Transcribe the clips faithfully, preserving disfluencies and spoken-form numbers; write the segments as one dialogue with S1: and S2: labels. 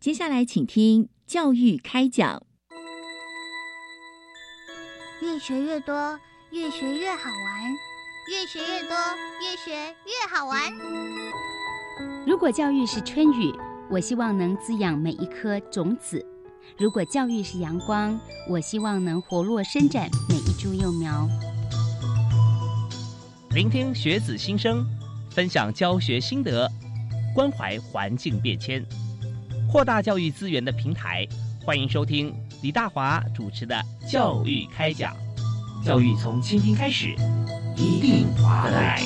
S1: 接下来请听教育开讲。
S2: 越学越多，越学越好玩，越学越多，越学越好玩。
S3: 如果教育是春雨，我希望能滋养每一颗种子；如果教育是阳光，我希望能活络伸展每一株幼苗。
S4: 聆听学子心声，分享教学心得，关怀环境变迁，扩大教育资源的平台。欢迎收听李大华主持的教育开讲。教育从倾听开始，一定划得来。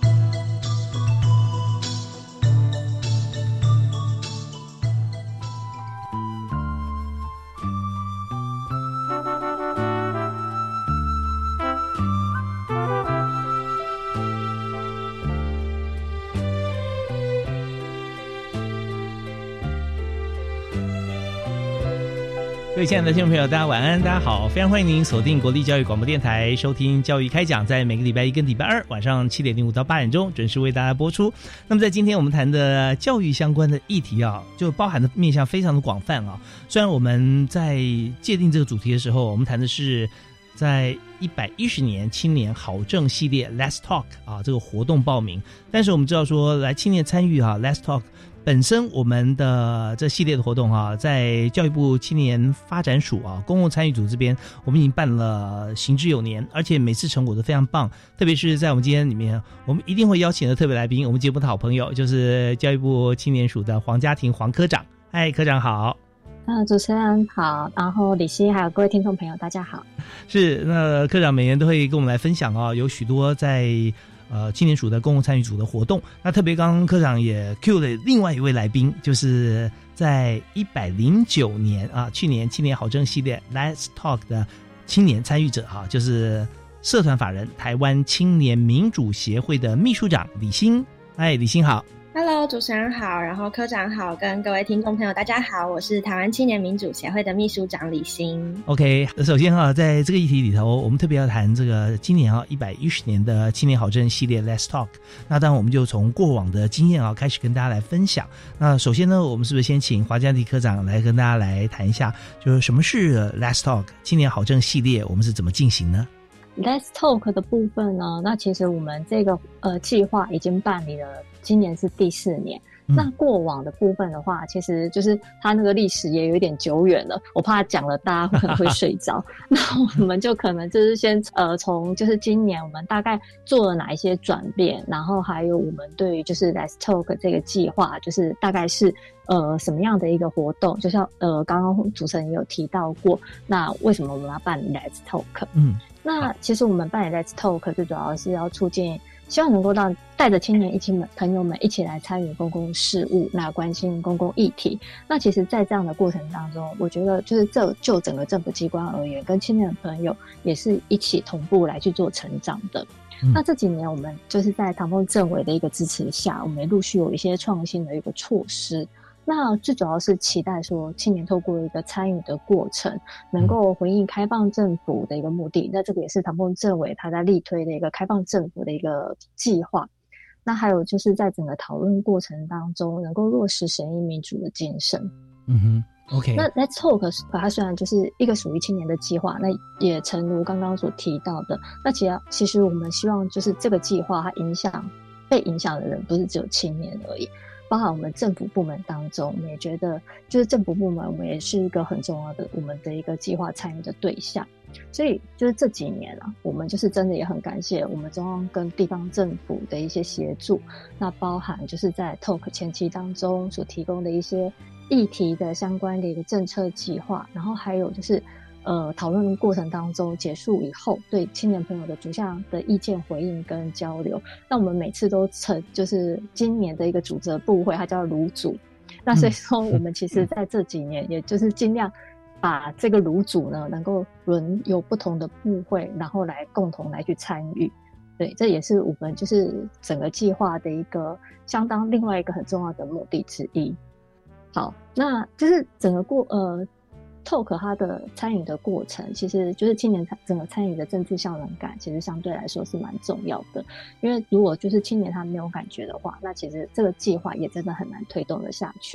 S4: 各位亲爱的听众朋友，大家晚安，大家好，非常欢迎您锁定国立教育广播电台收听教育开讲，在每个礼拜一跟礼拜二晚上七点零五到八点钟准时为大家播出。那么在今天我们谈的教育相关的议题啊，就包含的面向非常的广泛啊。虽然我们在界定这个主题的时候，我们谈的是在一百一十年青年好政系列 Let's Talk 啊这个活动报名，但是我们知道说来青年参与啊 Let's Talk本身我们的这系列的活动啊，在教育部青年发展署啊公共参与组这边，我们已经办了行之有年，而且每次成果都非常棒。特别是在我们今天里面，我们一定会邀请的特别来宾，我们节目的好朋友就是教育部青年署的黄家庭黄科长。嗨，科长好。
S5: 呃，主持人好，然后李希还有各位听众朋友大家好。
S4: 是，那科长每年都会跟我们来分享啊，有许多在呃青年署的公共参与组的活动。那特别刚刚科长也 Q 了另外一位来宾，就是在一百零九年啊，去年青年好政系列 Let's Talk 的青年参与者哈、啊，就是社团法人台湾青年民主协会的秘书长李欣。哎，李欣好。
S6: Hello， 主持人好，然后科长好，跟各位听众朋友大家好，我是台湾青年民主协会的秘书长李欣。
S4: OK， 首先哈、啊，在这个议题里头，我们特别要谈这个今年啊一百一十年的青年好政系列 Let's Talk。那当然我们就从过往的经验啊开始跟大家来分享。那首先呢，我们是不是先请华家庭科长来跟大家来谈一下，就是什么是 Let's Talk 青年好政系列，我们是怎么进行呢
S5: ？Let's Talk 的部分呢，那其实我们这个呃计划已经办理了，今年是第四年。嗯、那过往的部分的话，其实就是它那个历史也有一点久远了，我怕讲了大家可能会睡着。那我们就可能就是先呃从就是今年我们大概做了哪一些转变，然后还有我们对于就是 Let's Talk 这个计划，就是大概是呃什么样的一个活动，就像呃刚刚主持人也有提到过，那为什么我们要办 Let's Talk？ 嗯。那其实我们办理 Let's Talk 最主要是要促进，希望能够让带着青年一起们朋友们一起来参与公共事务，那关心公共议题。那其实在这样的过程当中，我觉得就是这就整个政府机关而言，跟青年朋友也是一起同步来去做成长的。嗯、那这几年我们就是在唐凤政委的一个支持下，我们也陆续有一些创新的一个措施。那最主要是期待说青年透过一个参与的过程，能够回应开放政府的一个目的。那这个也是唐凤政委他在力推的一个开放政府的一个计划。那还有就是在整个讨论过程当中，能够落实审议民主的精神。
S4: 嗯哼 ，OK。
S5: 那 Let's Talk 它虽然就是一个属于青年的计划，那也诚如刚刚所提到的，那其实其实我们希望就是这个计划它影响被影响的人不是只有青年而已。包含我们政府部门当中，我们也觉得就是政府部门我们也是一个很重要的我们的一个计划参与的对象。所以就是这几年啊，我们就是真的也很感谢我们中央跟地方政府的一些协助，那包含就是在 Talk 前期当中所提供的一些议题的相关的一个政策计划，然后还有就是呃，讨论过程当中结束以后，对青年朋友的逐项的意见回应跟交流，那我们每次都成就是今年的一个主责部会，它叫炉组。那所以说，我们其实在这几年，也就是尽量把这个炉组呢，能够轮由不同的部会，然后来共同来去参与。对，这也是我们就是整个计划的一个相当另外一个很重要的目的之一。好，那就是整个过呃。Talk 它的参与的过程，其实就是青年整个参与的政治效能感，其实相对来说是蛮重要的。因为如果就是青年他没有感觉的话，那其实这个计划也真的很难推动的下去。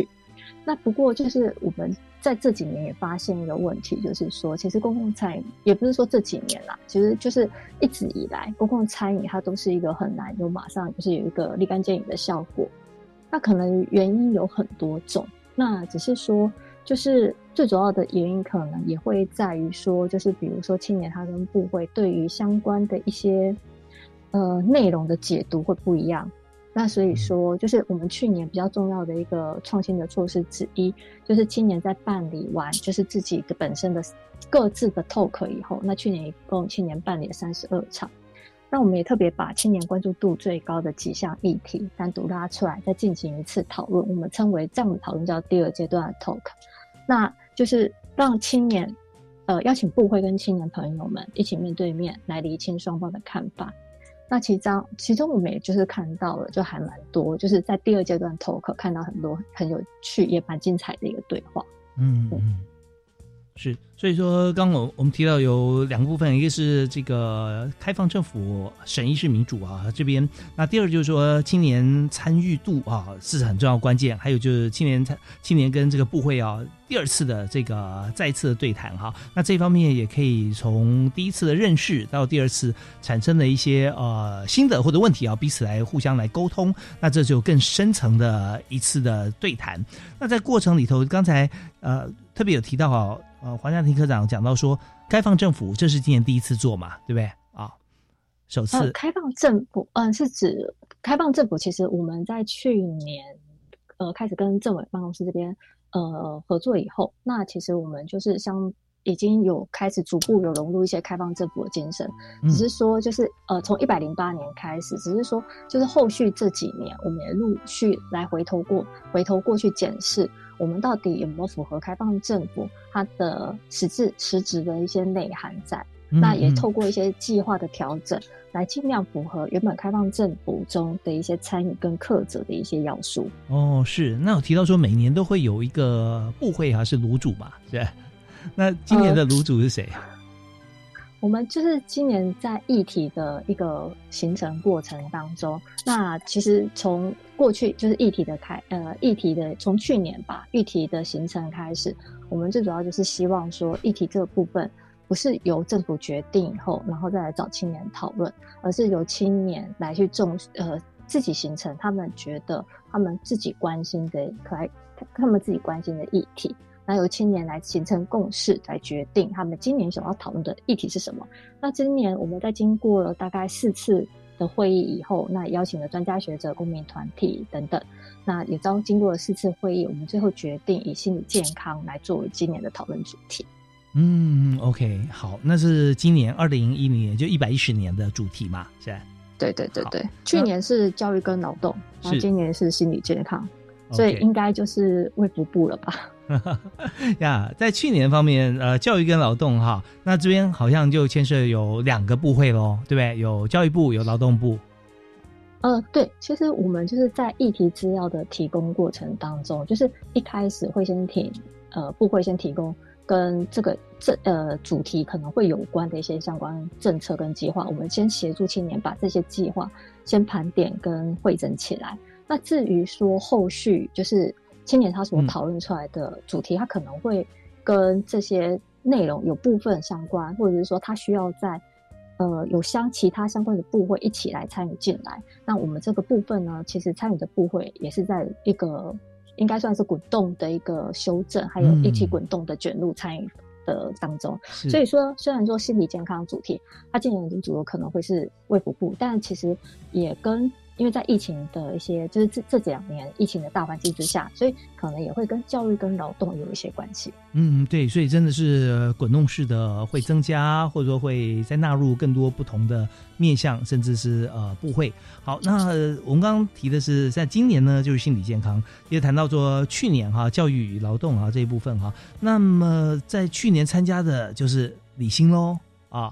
S5: 那不过就是我们在这几年也发现一个问题，就是说其实公共餐饮也不是说这几年啦，其实就是一直以来公共餐饮它都是一个很难有马上就是有一个立竿见影的效果。那可能原因有很多种，那只是说就是最主要的原因可能也会在于说，就是比如说青年他跟部会对于相关的一些呃内容的解读会不一样。那所以说就是我们去年比较重要的一个创新的措施之一，就是青年在办理完就是自己的本身的各自的 talk 以后，那去年一共青年办理了三十二场。那我们也特别把青年关注度最高的几项议题单独拉出来再进行一次讨论，我们称为这样的讨论叫第二阶段的 talk。 那就是让青年呃邀请部会跟青年朋友们一起面对面来厘清双方的看法。那其中其中我们也就是看到了就还蛮多，就是在第二阶段 talk 看到很多很有趣也蛮精彩的一个对话。
S4: 嗯嗯，是，所以说刚刚我们提到有两个部分，一个是这个开放政府审议式民主啊这边，那第二就是说青年参与度啊是很重要的关键，还有就是青年青年跟这个部会啊第二次的这个再次的对谈哈，那这方面也可以从第一次的认识到第二次产生的一些呃新的或者问题啊，彼此来互相来沟通，那这就更深层的一次的对谈。那在过程里头，刚才呃特别有提到啊，呃黄家庭科长讲到说，开放政府这是今年第一次做嘛，对不对啊？首次、
S5: 呃、开放政府，嗯、呃，是指开放政府。其实我们在去年呃开始跟政委办公室这边呃合作以后，那其实我们就是像已经有开始逐步有融入一些开放政府的精神，
S4: 嗯、
S5: 只是说就是呃从一百零八年开始，只是说就是后续这几年我们也陆续来回头过回头过去检视。我们到底有没有符合开放政府它的实质实质的一些内涵在、嗯、那也透过一些计划的调整来尽量符合原本开放政府中的一些参与跟课责的一些要素。
S4: 哦，是。那我提到说每年都会有一个部会啊是炉主嘛，是。那今年的炉主是谁、呃、
S5: 我们就是今年在议题的一个形成过程当中，那其实从过去就是议题的开呃议题的从去年吧议题的形成开始，我们最主要就是希望说议题这个部分不是由政府决定以后然后再来找青年讨论，而是由青年来去重呃自己形成他们觉得他们自己关心的可爱他们自己关心的议题，那由青年来形成共识来决定他们今年想要讨论的议题是什么。那今年我们在经过了大概四次的会议以后，那也邀请了专家学者、公民团体等等，那也经过了四次会议，我们最后决定以心理健康来作为今年的讨论主题。
S4: 嗯 OK 好，那是今年二零一零年就一百一十年的主题嘛，是吧？
S5: 对对对对，去年是教育跟劳动，然后今年是心理健康，所以
S4: Okay.
S5: 应该就是卫福部了吧。
S4: 呀，在去年方面，呃，教育跟劳动哈，那这边好像就牵涉有两个部会咯，对不对？有教育部，有劳动部。
S5: 呃，对，其实我们就是在议题资料的提供过程当中，就是一开始会先提，呃，部会先提供跟这个这呃主题可能会有关的一些相关政策跟计划，我们先协助青年把这些计划先盘点跟汇整起来。那至于说后续就是青年他所讨论出来的主题、嗯、他可能会跟这些内容有部分相关，或者是说他需要在呃有相其他相关的部会一起来参与进来。那我们这个部分呢，其实参与的部会也是在一个应该算是滚动的一个修正，还有一起滚动的卷入参与的当中、嗯、所以说虽然说心理健康主题它今年的主可能会是卫福部，但其实也跟因为在疫情的一些就是这这两年疫情的大环境之下，所以可能也会跟教育跟劳动有一些关系。
S4: 嗯，对，所以真的是滚动式的会增加，或者说会再纳入更多不同的面向，甚至是呃部会。好，那我们刚刚提的是在今年呢就是心理健康，也谈到说去年哈教育与劳动啊这一部分哈，那么在去年参加的就是李欣咯啊。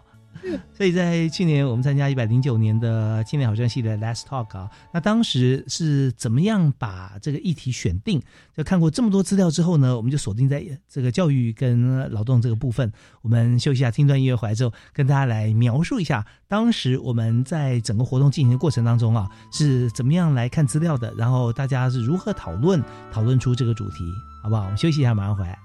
S4: 所以在去年我们参加一百零九年的青年好声系的 Let's Talk 啊，那当时是怎么样把这个议题选定？就看过这么多资料之后呢，我们就锁定在这个教育跟劳动这个部分。我们休息一下，听段音乐回来之后，跟大家来描述一下当时我们在整个活动进行的过程当中啊，是怎么样来看资料的，然后大家是如何讨论讨论出这个主题，好不好？我们休息一下，马上回来。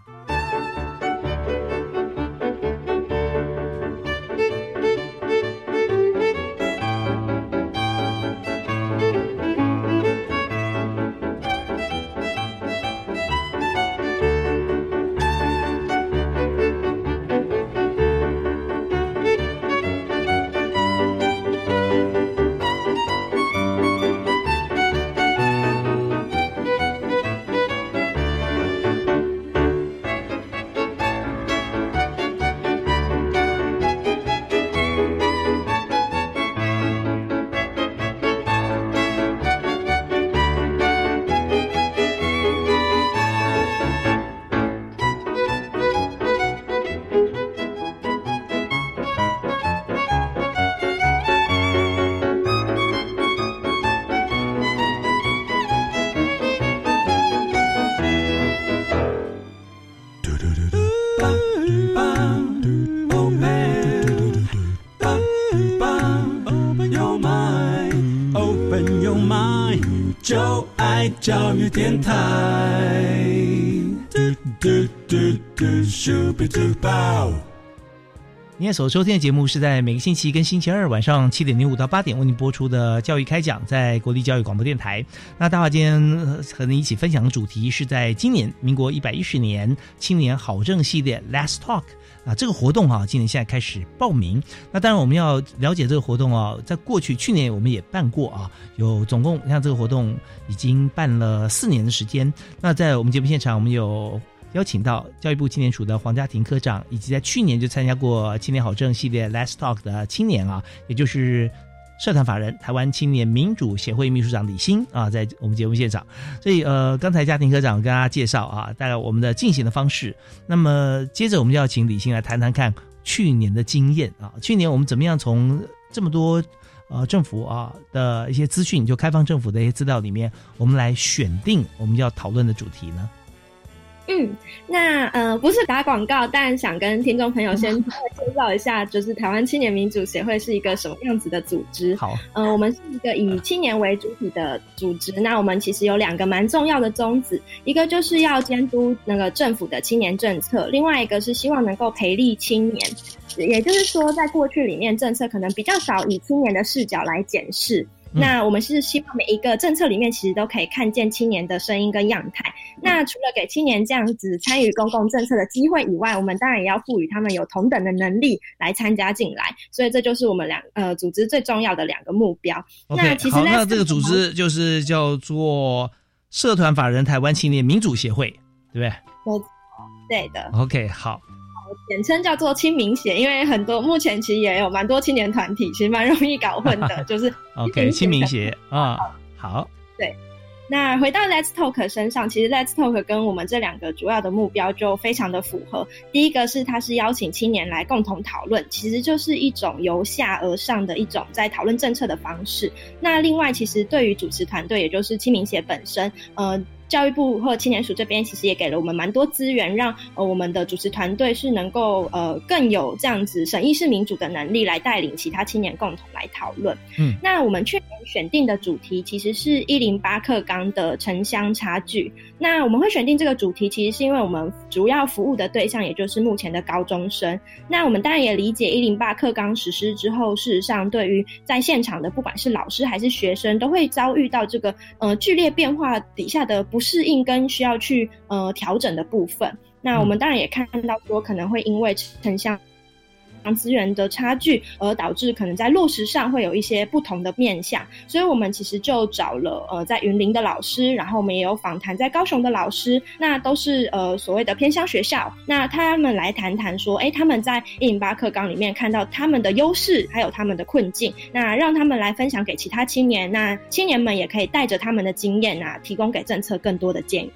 S7: 教育电台，
S4: 你也所收听的节目是在每个星期跟星期二晚上七点零五到八点为您播出的教育开讲，在国立教育广播电台。那大华今天和您一起分享的主题是在今年民国一百一十年青年好政系列 Let's Talk。啊，这个活动啊，今年现在开始报名。那当然我们要了解这个活动啊，在过去去年我们也办过啊，有总共像这个活动已经办了四年的时间。那在我们节目现场，我们有邀请到教育部青年署的黄家庭科长，以及在去年就参加过青年好政系列 Let's Talk 的青年啊，也就是社团法人台湾青年民主协会秘书长李欣啊，在我们节目现场。所以呃，刚才家庭科长跟大家介绍啊，大概我们的进行的方式。那么接着我们就要请李欣来谈谈看去年的经验啊。去年我们怎么样从这么多呃政府啊的一些资讯，就开放政府的一些资料里面，我们来选定我们要讨论的主题呢？
S6: 嗯，那呃不是打广告，但想跟听众朋友先介绍一下，就是台湾青年民主协会是一个什么样子的组织。
S4: 好，
S6: 呃，我们是一个以青年为主体的组织。那我们其实有两个蛮重要的宗旨，一个就是要监督那个政府的青年政策，另外一个是希望能够培力青年。也就是说，在过去里面，政策可能比较少以青年的视角来检视。那我们是希望每一个政策里面其实都可以看见青年的声音跟样态。那除了给青年这样子参与公共政策的机会以外，我们当然也要赋予他们有同等的能力来参加进来。所以这就是我们两呃组织最重要的两个目标。
S4: Okay,
S6: 那其实
S4: 好，那这个组织就是叫做社团法人台湾青年民主协会，对不对？
S6: 对的。
S4: OK， 好。
S6: 简称叫做青民协，因为很多目前其实也有蛮多青年团体，其实蛮容易搞混的，就是
S4: OK 青民协啊，好，
S6: 对。那回到 Let's Talk 身上，其实 Let's Talk 跟我们这两个主要的目标就非常的符合。第一个是它是邀请青年来共同讨论，其实就是一种由下而上的一种在讨论政策的方式。那另外其实对于主持团队，也就是青民协本身，呃教育部或青年署这边其实也给了我们蛮多资源，让呃我们的主持团队是能够呃更有这样子审议式民主的能力来带领其他青年共同来讨论。嗯，那我们去年选定的主题其实是一零八课纲的城乡差距。那我们会选定这个主题，其实是因为我们主要服务的对象也就是目前的高中生。那我们当然也理解一零八课纲实施之后，事实上对于在现场的不管是老师还是学生，都会遭遇到这个呃剧烈变化底下的不适应跟需要去呃调整的部分。那我们当然也看到说，可能会因为城乡资源的差距而导致可能在落实上会有一些不同的面向，所以我们其实就找了呃在云林的老师，然后我们也有访谈在高雄的老师，那都是呃所谓的偏乡学校，那他们来谈谈说，哎，他们在一零八课纲里面看到他们的优势还有他们的困境，那让他们来分享给其他青年，那青年们也可以带着他们的经验啊，提供给政策更多的建议。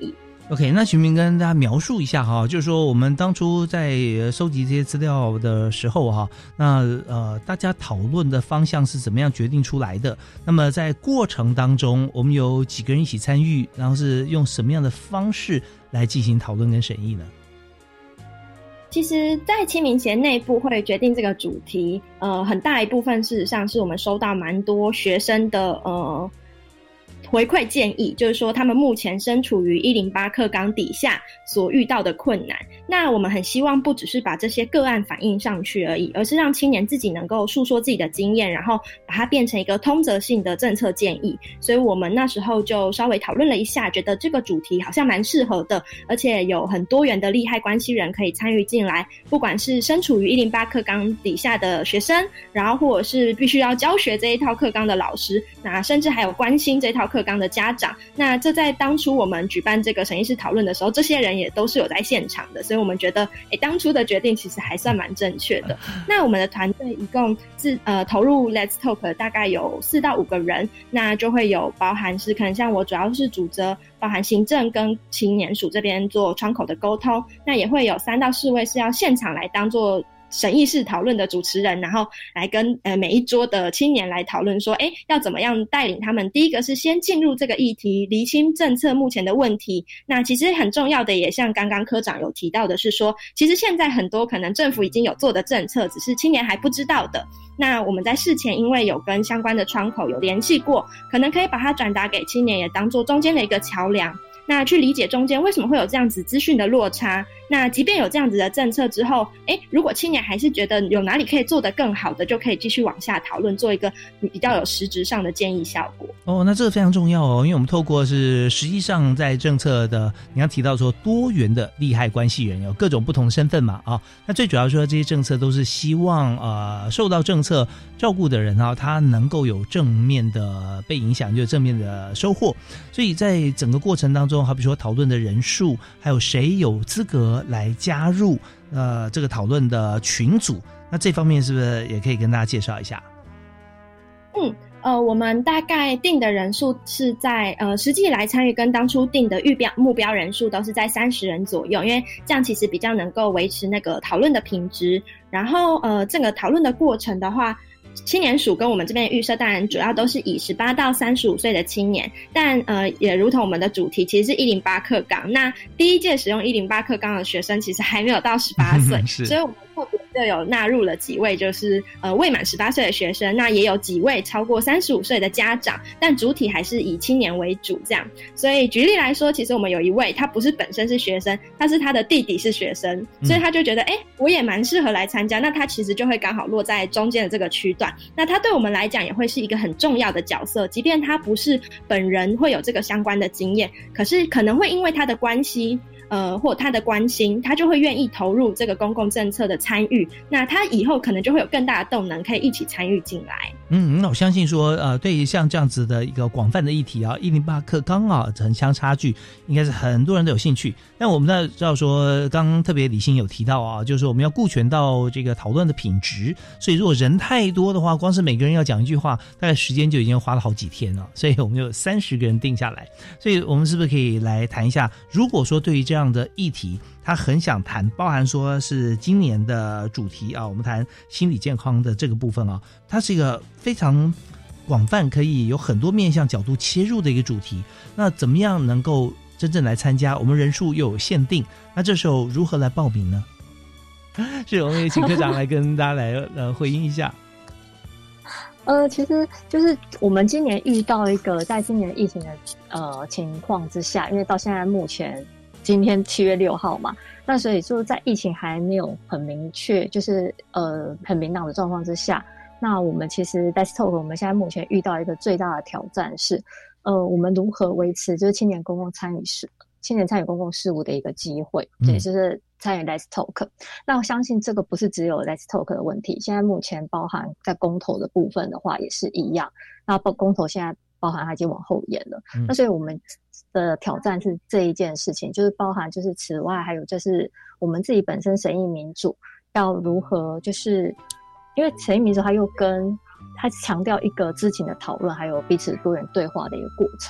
S4: OK， 那徐明跟大家描述一下哈，就是说我们当初在收集这些资料的时候哈，那呃大家讨论的方向是怎么样决定出来的？那么在过程当中，我们有几个人一起参与，然后是用什么样的方式来进行讨论跟审议呢？
S6: 其实在青民协内部会决定这个主题，呃，很大一部分事实上是我们收到蛮多学生的呃回馈建议，就是说他们目前身处于一零八课纲底下所遇到的困难。那我们很希望不只是把这些个案反映上去而已，而是让青年自己能够述说自己的经验，然后把它变成一个通则性的政策建议。所以我们那时候就稍微讨论了一下，觉得这个主题好像蛮适合的，而且有很多元的利害关系人可以参与进来，不管是身处于一零八课纲底下的学生，然后或者是必须要教学这一套课纲的老师，那甚至还有关心这套课纲的家长。那这在当初我们举办这个审议式讨论的时候，这些人也都是有在现场的，所以我们觉得诶当初的决定其实还算蛮正确的。那我们的团队一共自呃投入 Let's Talk 大概有四到五个人，那就会有包含是可能像我主要是主责包含行政跟青年署这边做窗口的沟通，那也会有三到四位是要现场来当做审议式讨论的主持人，然后来跟呃每一桌的青年来讨论说，诶要怎么样带领他们。第一个是先进入这个议题，厘清政策目前的问题。那其实很重要的，也像刚刚科长有提到的是说，其实现在很多可能政府已经有做的政策，只是青年还不知道的。那我们在事前因为有跟相关的窗口有联系过，可能可以把它转达给青年，也当做中间的一个桥梁。那去理解中间为什么会有这样子资讯的落差。那即便有这样子的政策之后，诶如果青年还是觉得有哪里可以做得更好的，就可以继续往下讨论，做一个比较有实质上的建议效果。
S4: 哦，那这个非常重要哦，因为我们透过是实际上在政策的，你刚提到说多元的利害关系人有各种不同的身份嘛啊、哦，那最主要说这些政策都是希望呃受到政策照顾的人啊，他能够有正面的被影响，就有正面的收获。所以在整个过程当中，好比说讨论的人数，还有谁有资格来加入呃这个讨论的群组，那这方面是不是也可以跟大家介绍一下？
S6: 嗯。呃，我们大概定的人数是在呃，实际来参与跟当初定的预标目标人数都是在三十人左右，因为这样其实比较能够维持那个讨论的品质。然后呃，这个讨论的过程的话，青年署跟我们这边的预设当然主要都是以十八到三十五岁的青年，但呃也如同我们的主题其实是一零八课纲，那第一届使用一零八课纲的学生其实还没有到十八岁，所以我们特别就有纳入了几位就是呃未满十八岁的学生，那也有几位超过三十五岁的家长，但主体还是以青年为主这样。所以举例来说，其实我们有一位他不是本身是学生，他是他的弟弟是学生，所以他就觉得诶我也蛮适合来参加，那他其实就会刚好落在中间的这个区段，那他对我们来讲也会是一个很重要的角色，即便他不是本人会有这个相关的经验，可是可能会因为他的关系呃，或他的关心，他就会愿意投入这个公共政策的参与，那他以后可能就会有更大的动能可以一起参与进来。
S4: 嗯，那我相信说呃，对于像这样子的一个广泛的议题啊，一零八课纲啊城乡差距应该是很多人都有兴趣。但我们要知道说，刚刚特别李欣有提到啊，就是说我们要顾全到这个讨论的品质，所以如果人太多的话，光是每个人要讲一句话，大概时间就已经花了好几天了，所以我们有三十个人定下来。所以我们是不是可以来谈一下，如果说对于这样的议题他很想谈，包含说是今年的主题啊，我们谈心理健康的这个部分啊，它是一个非常广泛，可以有很多面向角度切入的一个主题。那怎么样能够真正来参加？我们人数又有限定，那这时候如何来报名呢？是，我们也请科长来跟大家来呃回应一下。
S5: 呃，其实就是我们今年遇到一个在今年疫情的呃情况之下，因为到现在目前今天七月六号嘛，那所以说在疫情还没有很明确，就是呃很明朗的状况之下，那我们其实 Let's Talk 我们现在目前遇到一个最大的挑战是，呃，我们如何维持就是青年公共参与事、青年参与公共事务的一个机会，也、嗯、就是参与 Let's Talk。那我相信这个不是只有 Let's Talk 的问题，现在目前包含在公投的部分的话也是一样。那公投现在包含它已经往后延了，嗯、那所以我们的挑战是这一件事情，就是包含就是此外还有就是我们自己本身审议民主要如何，就是因为审议民主它又跟它强调一个知情的讨论，还有彼此多元对话的一个过程。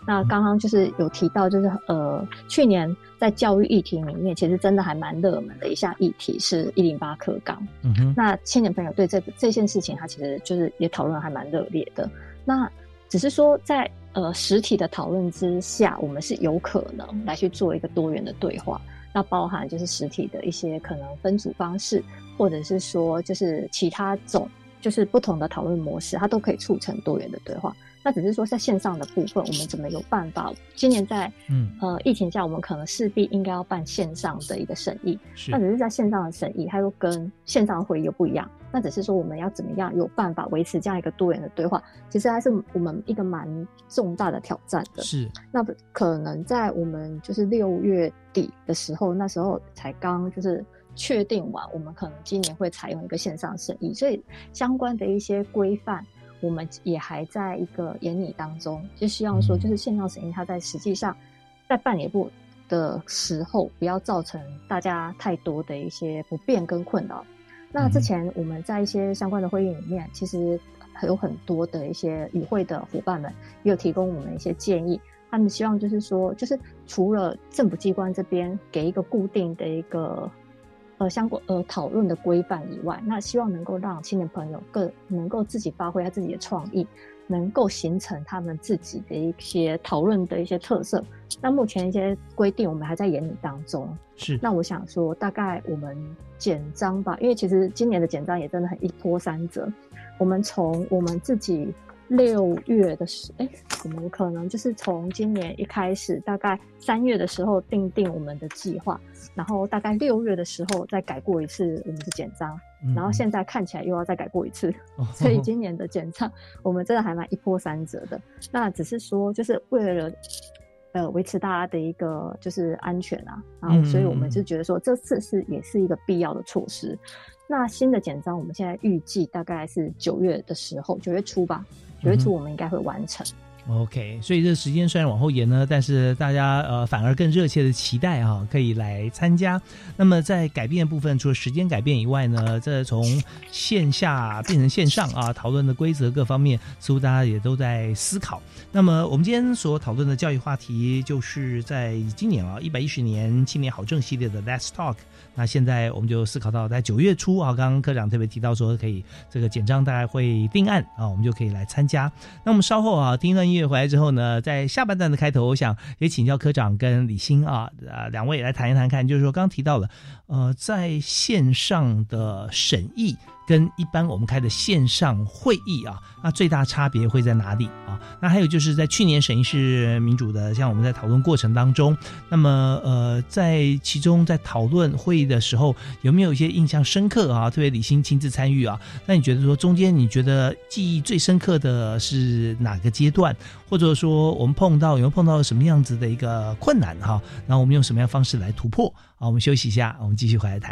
S5: 那刚刚就是有提到，就是呃，去年在教育议题里面，其实真的还蛮热门的一项议题是一零八课纲。嗯哼，那青年朋友对这这件事情，他其实就是也讨论还蛮热烈的。那只是说在呃实体的讨论之下，我们是有可能来去做一个多元的对话。那包含就是实体的一些可能分组方式，或者是说就是其他种就是不同的讨论模式，它都可以促成多元的对话。那只是说在线上的部分，我们怎么有办法？今年在嗯呃疫情下，我们可能势必应该要办线上的一个审议。那只是在线上的审议，它又跟线上的会议又不一样。那只是说我们要怎么样有办法维持这样一个多元的对话，其实还是我们一个蛮重大的挑战的。
S4: 是，
S5: 那可能在我们就是六月底的时候，那时候才刚就是确定完，我们可能今年会采用一个线上审议，所以相关的一些规范。我们也还在一个研拟当中，就希望说，就是线上审议，它在实际上在办理部的时候，不要造成大家太多的一些不便跟困扰。那之前我们在一些相关的会议里面，其实有很多的一些与会的伙伴们也有提供我们一些建议，他们希望就是说，就是除了政府机关这边给一个固定的一个。呃，相关呃讨论的规范以外，那希望能够让青年朋友更能够自己发挥他自己的创意，能够形成他们自己的一些讨论的一些特色。那目前一些规定我们还在研拟当中。
S4: 是。那
S5: 我想说，大概我们简章吧，因为其实今年的简章也真的很一波三折。我们从我们自己六月的时，哎，我们可能就是从今年一开始，大概三月的时候定定我们的计划。然后大概六月的时候再改过一次我们的简章，嗯、然后现在看起来又要再改过一次，哦、所以今年的简章我们真的还蛮一波三折的。那只是说，就是为了呃维持大家的一个就是安全啊，然后所以我们就觉得说这次是也是一个必要的措施。那新的简章我们现在预计大概是九月的时候，九月初吧，九月初我们应该会完成。
S4: OK， 所以这个时间虽然往后延呢，但是大家呃反而更热切的期待啊，可以来参加。那么在改变的部分，除了时间改变以外呢，这从线下变成线上啊，讨论的规则各方面，似乎大家也都在思考。那么我们今天所讨论的教育话题，就是在今年啊一百一十年青年好政系列的 Let's Talk。那现在我们就思考到在九月初啊，刚刚科长特别提到说可以这个简章大概会定案啊，我们就可以来参加。那我们稍后啊听一段音乐回来之后呢，在下半段的开头，我想也请教科长跟李欣啊啊两位来谈一谈看，就是说刚刚提到了呃在线上的审议跟一般我们开的线上会议啊，那最大差别会在哪里啊？那还有就是在去年审议是民主的，像我们在讨论过程当中，那么呃在其中在讨论会议的时候，有没有一些印象深刻啊？特别李欣亲自参与啊，那你觉得说中间你觉得记忆最深刻的是哪个阶段？或者说我们碰到有没有碰到什么样子的一个困难哈？然后我们用什么样的方式来突破？好，我们休息一下，我们继续回来谈。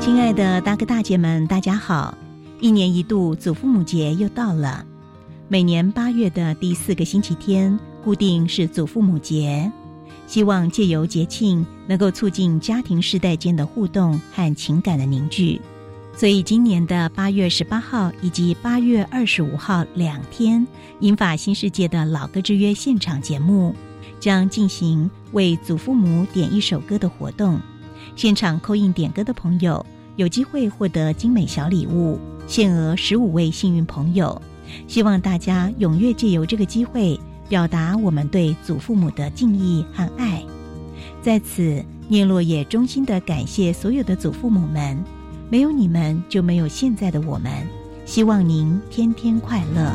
S1: 亲爱的大哥大姐们，大家好！一年一度祖父母节又到了，每年八月的第四个星期天，固定是祖父母节。希望借由节庆，能够促进家庭世代间的互动和情感的凝聚。所以今年的八月十八号以及八月二十五号两天，银发新世界的老歌之约现场节目将进行为祖父母点一首歌的活动。现场call in点歌的朋友有机会获得精美小礼物，限额十五位幸运朋友。希望大家踊跃借由这个机会，表达我们对祖父母的敬意和爱。在此，念落也衷心的感谢所有的祖父母们，没有你们就没有现在的我们。希望您天天快乐。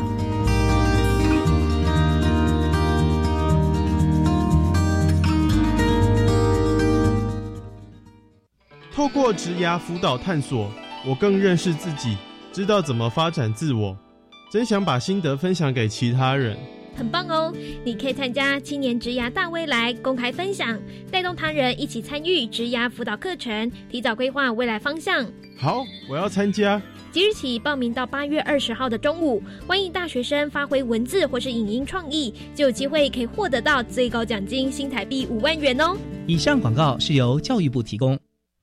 S8: 透过职涯辅导探索，我更认识自己，知道怎么发展自我，真想把心得分享给其他人。
S9: 很棒哦！你可以参加青年职涯大未来公开分享，带动他人一起参与职涯辅导课程，提早规划未来方向。
S8: 好，我要参加。
S9: 即日起报名到八月二十号的中午，欢迎大学生发挥文字或是影音创意，就有机会可以获得到最高奖金新台币五万元哦。
S4: 以上广告是由教育部提供。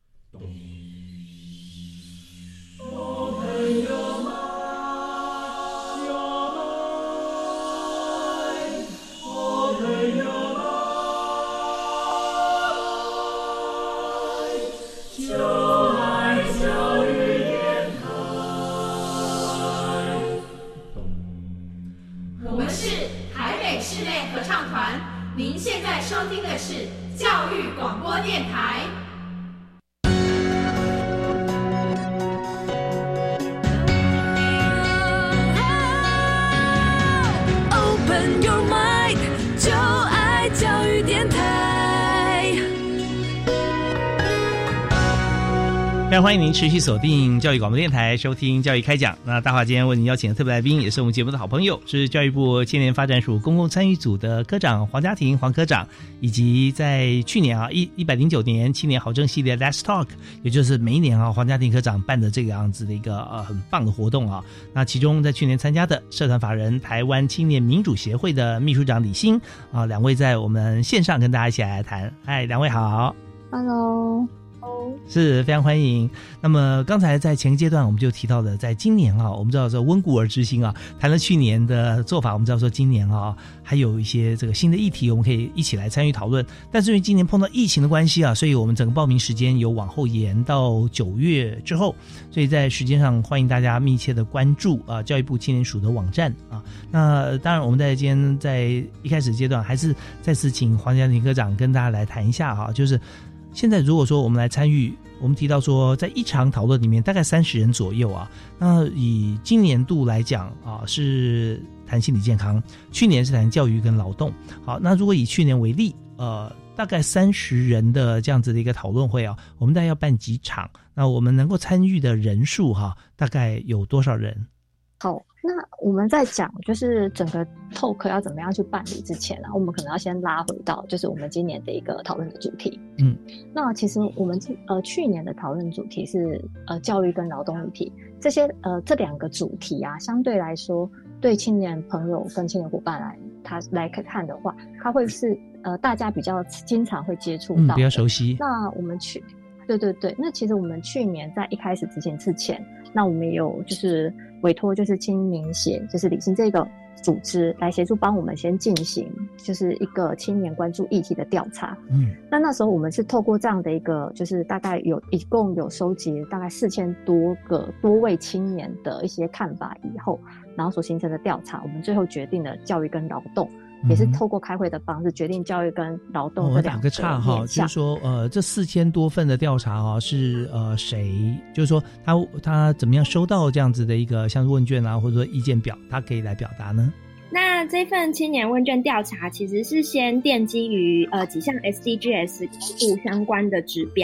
S10: 您现在收听的是教育广播电台。Open your mind， 就爱教育电台。
S4: 非常欢迎您持续锁定教育广播电台，收听教育开讲。那大华今天为您邀请的特别来宾，也是我们节目的好朋友，是教育部青年发展署公共参与组的科长黄家庭黄科长，以及在去年啊一一百零九年青年好政系列 Let's Talk， 也就是每一年啊黄家庭科长办的这个样子的一个呃很棒的活动啊。那其中在去年参加的社团法人台湾青年民主协会的秘书长李欣啊，两位在我们线上跟大家一起来谈。嗨，两位好。
S5: Hello。
S4: 是非常欢迎。那么刚才在前个阶段我们就提到的，在今年啊，我们知道说温故而知新啊，谈了去年的做法，我们知道说今年啊还有一些这个新的议题，我们可以一起来参与讨论。但是因为今年碰到疫情的关系啊，所以我们整个报名时间有往后延到九月之后，所以在时间上欢迎大家密切的关注啊教育部青年署的网站啊。那当然我们在今天在一开始阶段还是再次请黄家庭科长跟大家来谈一下哈、啊，就是现在如果说我们来参与，我们提到说在一场讨论里面大概三十人左右啊，那以今年度来讲啊是谈心理健康，去年是谈教育跟劳动。好，那如果以去年为例，呃大概三十人的这样子的一个讨论会啊，我们大概要办几场，那我们能够参与的人数哈、啊、大概有多少人？
S5: 好，那我们在讲就是整个 talk 要怎么样去办理之前啊，我们可能要先拉回到就是我们今年的一个讨论的主题。嗯，那其实我们呃去年的讨论主题是呃教育跟劳动议题，这些呃这两个主题啊，相对来说对青年朋友跟青年伙伴来他来看的话，他会是呃大家比较经常会接触到的、嗯、
S4: 比较熟悉。
S5: 那我们去对对对，那其实我们去年在一开始执行之前，那我们也有就是委托就是青民协，就是理性这个组织来协助帮我们先进行就是一个青年关注议题的调查。嗯，那那时候我们是透过这样的一个就是大概有一共有收集大概四千多个多位青年的一些看法以后，然后所形成的调查，我们最后决定了教育跟劳动。也是透过开会的方式决定教育跟劳动这两个面向。我打个岔哈，
S4: 就是说呃这四千多份的调查哈是呃谁，就是说他他怎么样收到这样子的一个像是问卷啊或者说意见表，他可以来表达呢？
S6: 那这份青年问卷调查其实是先奠基于呃几项 S D Gs 高度相关的指标，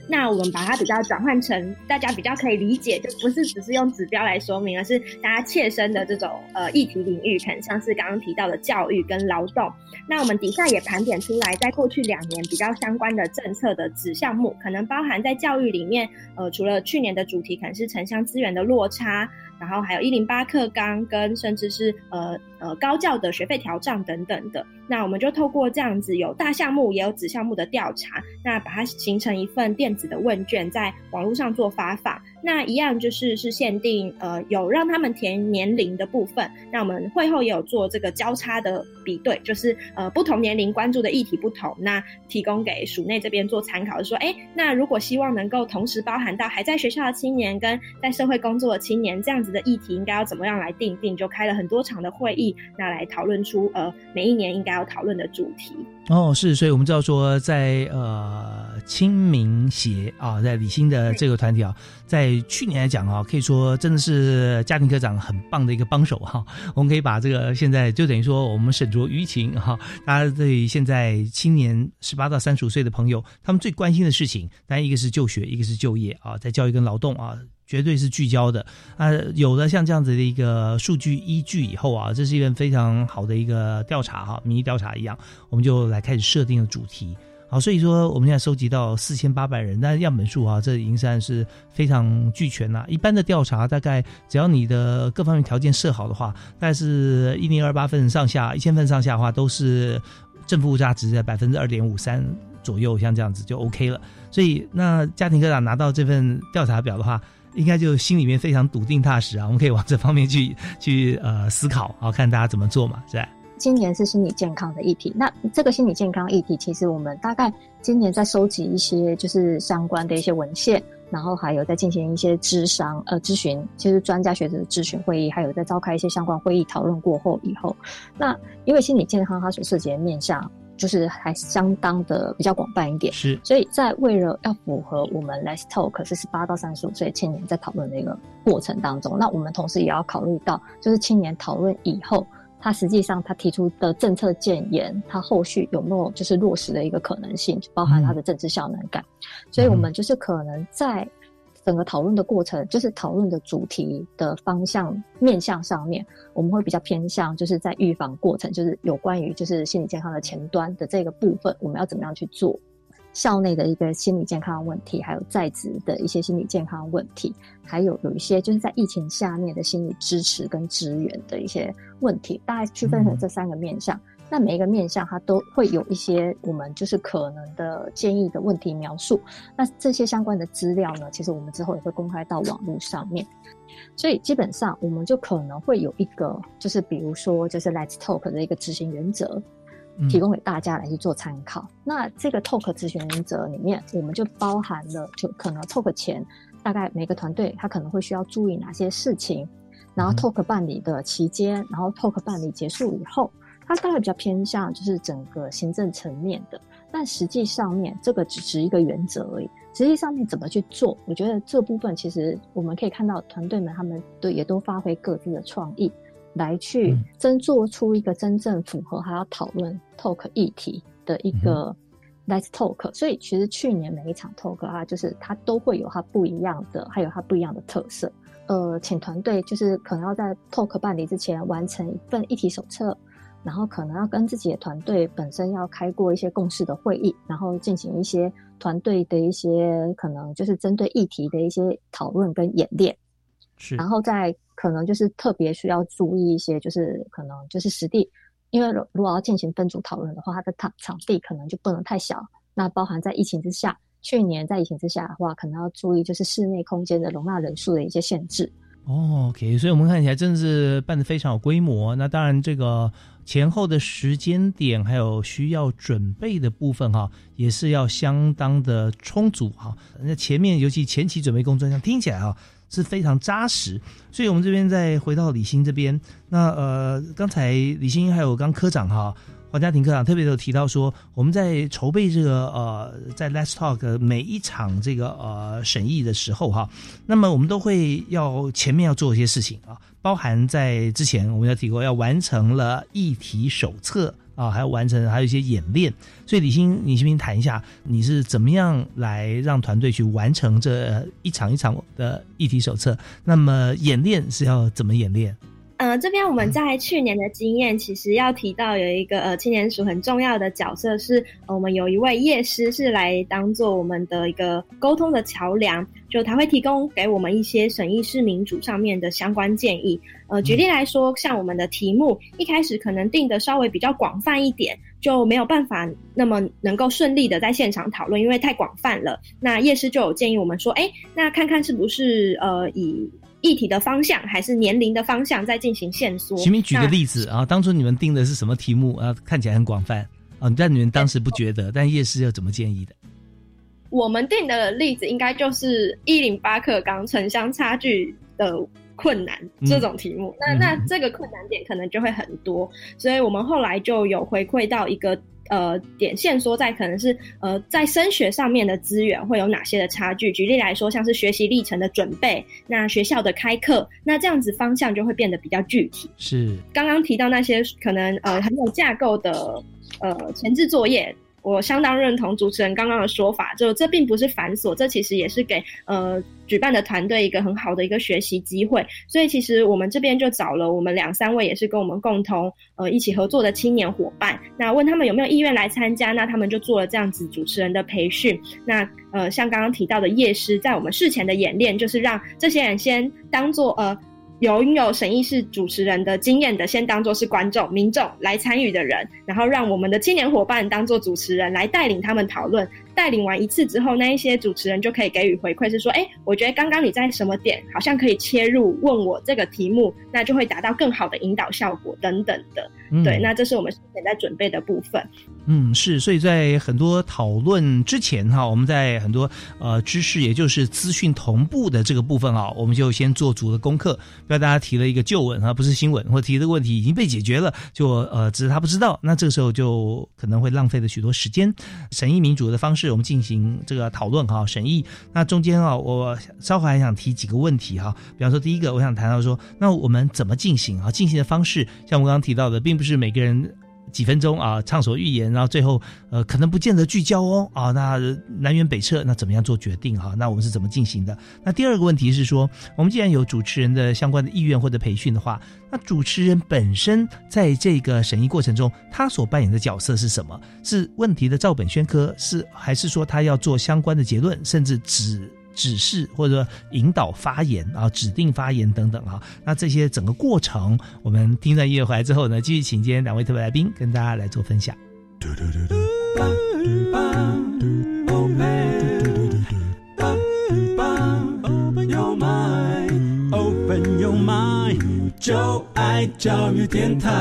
S6: 那我们把它比较转换成大家比较可以理解，就不是只是用指标来说明，而是大家切身的这种呃议题领域，可能像是刚刚提到的教育跟劳动。那我们底下也盘点出来，在过去两年比较相关的政策的子项目，可能包含在教育里面，呃，除了去年的主题可能是城乡资源的落差，然后还有一零八课纲跟甚至是呃呃高教的学费调涨等等的。那我们就透过这样子有大项目也有子项目的调查，那把它形成一份电子的问卷，在网络上做发放。那一样就是是限定呃有让他们填年龄的部分，那我们会后也有做这个交叉的比对，就是呃不同年龄关注的议题不同，那提供给署内这边做参考，说哎，那如果希望能够同时包含到还在学校的青年跟在社会工作的青年，这样子的议题应该要怎么样来定定，就开了很多场的会议，那来讨论出呃每一年应该要讨论的主题。
S4: 哦，是，所以我们知道说在呃青民协啊，在李欣的这个团体啊，在去年来讲啊，可以说真的是家庭科长很棒的一个帮手哈、啊。我们可以把这个现在就等于说我们沈酌舆情哈，大家对现在青年十八到三十五岁的朋友，他们最关心的事情，当然一个是就学，一个是就业啊，在教育跟劳动啊。绝对是聚焦的啊！有了像这样子的一个数据依据以后啊，这是一个非常好的一个调查哈，民意调查一样，我们就来开始设定了主题。好，所以说我们现在收集到四千八百人，但样本数啊，这已经算是非常俱全啦。一般的调查大概只要你的各方面条件设好的话，大概是一零二八份上下，一千份上下的话，都是正负误差值在百分之二点五三左右，像这样子就 OK 了。所以那家庭科长拿到这份调查表的话，应该就心里面非常笃定踏实啊，我们可以往这方面去去呃思考，然后看大家怎么做嘛，是吧？
S5: 今年是心理健康的议题，那这个心理健康议题，其实我们大概今年在收集一些就是相关的一些文献，然后还有在进行一些咨商呃咨询，就是专家学者的咨询会议，还有在召开一些相关会议讨论过后以后，那因为心理健康它所涉及的面向就是还相当的比较广泛一点，
S4: 是，
S5: 所以在为了要符合我们 Let's Talk 是十八到三十五岁青年在讨论的一个过程当中，那我们同时也要考虑到，就是青年讨论以后，他实际上他提出的政策建言，他后续有没有就是落实的一个可能性，包含他的政治效能感，嗯、所以我们就是可能在整个讨论的过程，就是讨论的主题的方向面向上面，我们会比较偏向就是在预防过程，就是有关于就是心理健康的前端的这个部分，我们要怎么样去做校内的一个心理健康问题，还有在职的一些心理健康问题，还有有一些就是在疫情下面的心理支持跟支援的一些问题，大概区分成这三个面向。嗯，那每一个面向它都会有一些我们就是可能的建议的问题描述，那这些相关的资料呢，其实我们之后也会公开到网络上面，所以基本上我们就可能会有一个就是比如说就是 Let's Talk 的一个执行原则提供给大家来去做参考，嗯、那这个 Talk 执行原则里面我们就包含了就可能 Talk 前大概每个团队他可能会需要注意哪些事情，然后 Talk 办理的期间，然后 Talk 办理结束以后，它大概比较偏向就是整个行政层面的，但实际上面这个只是一个原则而已，实际上面怎么去做，我觉得这部分其实我们可以看到团队们他们都也都发挥各自的创意来去真做出一个真正符合还要讨论 Talk 议题的一个 Let's Talk， 所以其实去年每一场 Talk 它就是它都会有它不一样的还有它不一样的特色，呃，请团队就是可能要在 Talk 办理之前完成一份议题手册，然后可能要跟自己的团队本身要开过一些共识的会议，然后进行一些团队的一些可能就是针对议题的一些讨论跟演练，是，然后再可能就是特别需要注意一些就是可能就是实地，因为如果要进行分组讨论的话，它的场场地可能就不能太小，那包含在疫情之下，去年在疫情之下的话，可能要注意就是室内空间的容纳人数的一些限制。
S4: 哦 ，OK， 所以我们看起来真的是办得非常有规模。那当然，这个前后的时间点还有需要准备的部分哈，也是要相当的充足哈。那前面尤其前期准备工作，像听起来哈是非常扎实。所以我们这边再回到李欣这边，那呃，刚才李欣还有刚科长哈。黄家庭科长特别有提到说，我们在筹备这个呃，在 Let's Talk 每一场这个呃审议的时候哈，那么我们都会要前面要做一些事情啊，包含在之前我们要提过要完成了议题手册啊，还要完成，还有一些演练。所以李欣，你先谈一下，你是怎么样来让团队去完成这一场一场的议题手册？那么演练是要怎么演练？
S6: 呃，这边我们在去年的经验，其实要提到有一个呃青年署很重要的角色是，呃，我们有一位业师是来当做我们的一个沟通的桥梁，就他会提供给我们一些审议式民主上面的相关建议。呃，举例来说，像我们的题目一开始可能定的稍微比较广泛一点，就没有办法那么能够顺利的在现场讨论，因为太广泛了。那业师就有建议我们说，哎，那看看是不是呃以议题的方向还是年龄的方向再进行限缩。请你举个例子啊，当初你们定的是什么题目啊？看起来很广泛啊，但你们当时不觉得，但业师又怎么建议的？我们定的例子应该就是一零八课纲城乡差距的困难这种题目，嗯、那那这个困难点可能就会很多，所以我们后来就有回馈到一个呃点线缩在可能是呃在升学上面的资源会有哪些的差距。举例来说，像是学习历程的准备，那学校的开课，那这样子方向就会变得比较具体。是刚刚提到那些可能呃很有架构的呃前置作业。我相当认同主持人刚刚的说法，就这并不是繁琐，这其实也是给呃举办的团队一个很好的一个学习机会。所以其实我们这边就找了我们两三位也是跟我们共同呃一起合作的青年伙伴，那问他们有没有意愿来参加，那他们就做了这样子主持人的培训。那呃像刚刚提到的业师，在我们事前的演练，就是让这些人先当作呃有拥有审议式主持人的经验的先当作是观众民众来参与的人，然后让我们的青年伙伴当作主持人来带领他们讨论。带领完一次之后，那一些主持人就可以给予回馈，是说诶我觉得刚刚你在什么点好像可以切入问我这个题目，那就会达到更好的引导效果等等的、嗯、对，那这是我们事前在准备的部分。
S4: 嗯，是，所以在很多讨论之前哈，我们在很多呃知识也就是资讯同步的这个部分啊，我们就先做足了功课，不要大家提了一个旧闻啊，不是新闻，或提的问题已经被解决了，就呃只是他不知道，那这个时候就可能会浪费了许多时间。审议民主的方式我们进行这个讨论哈，审议，那中间啊我稍后还想提几个问题哈，比方说第一个我想谈到说，那我们怎么进行啊？进行的方式像我刚刚提到的，并不是每个人几分钟啊畅所欲言，然后最后呃可能不见得聚焦哦啊，那南辕北辙，那怎么样做决定哈？那我们是怎么进行的？那第二个问题是说，我们既然有主持人的相关的意愿或者培训的话，那主持人本身在这个审议过程中，他所扮演的角色是什么？是问题的照本宣科，是还是说他要做相关的结论，甚至指指示或者引导发言啊，指定发言等等啊，那这些整个过程，我们听段音乐回来之后呢，继续请今天两位特别来宾跟大家来做分享。Open your mind, open your mind, 就爱教育电台。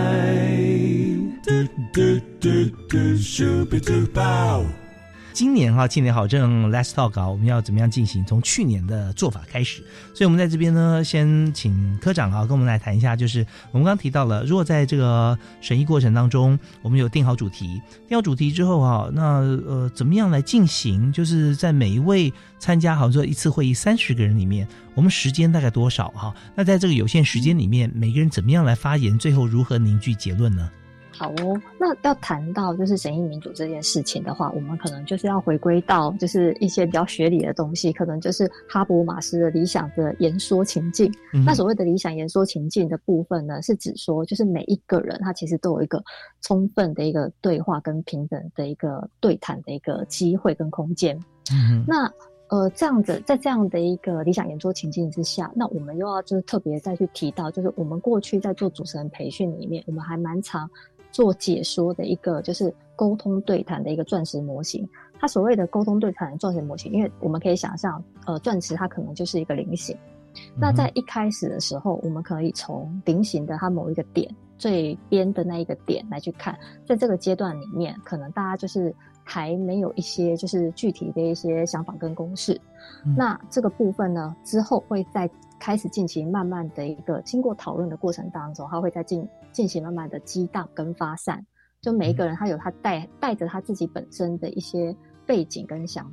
S4: 今年哈，青年好证 Let's Talk 啊，我们要怎么样进行？从去年的做法开始，所以我们在这边呢，先请科长啊，跟我们来谈一下，就是我们刚刚提到了，如果在这个审议过程当中，我们有定好主题，定好主题之后啊，那呃，怎么样来进行？就是在每一位参加，好像说一次会议三十个人里面，我们时间大概多少哈？那在这个有限时间里面，每个人怎么样来发言？最后如何凝聚结论呢？
S5: 好哦，那要谈到就是审议民主这件事情的话，我们可能就是要回归到就是一些比较学理的东西，可能就是哈伯马斯的理想的言说情境、嗯、那所谓的理想言说情境的部分呢，是指说就是每一个人他其实都有一个充分的一个对话跟平等的一个对谈的一个机会跟空间。嗯，那呃，这样子，在这样的一个理想演说情境之下，那我们又要就是特别再去提到，就是我们过去在做主持人培训里面，我们还蛮常做解说的一个就是沟通对谈的一个钻石模型。它所谓的沟通对谈的钻石模型，因为我们可以想象，呃，钻石它可能就是一个菱形。那在一开始的时候，我们可以从菱形的它某一个点，最边的那一个点来去看，在这个阶段里面，可能大家就是还没有一些就是具体的一些想法跟公式。嗯、那这个部分呢，之后会在开始进行慢慢的一个经过讨论的过程当中，它会在进进行慢慢的激荡跟发散。就每一个人他有他带带着他自己本身的一些背景跟想法，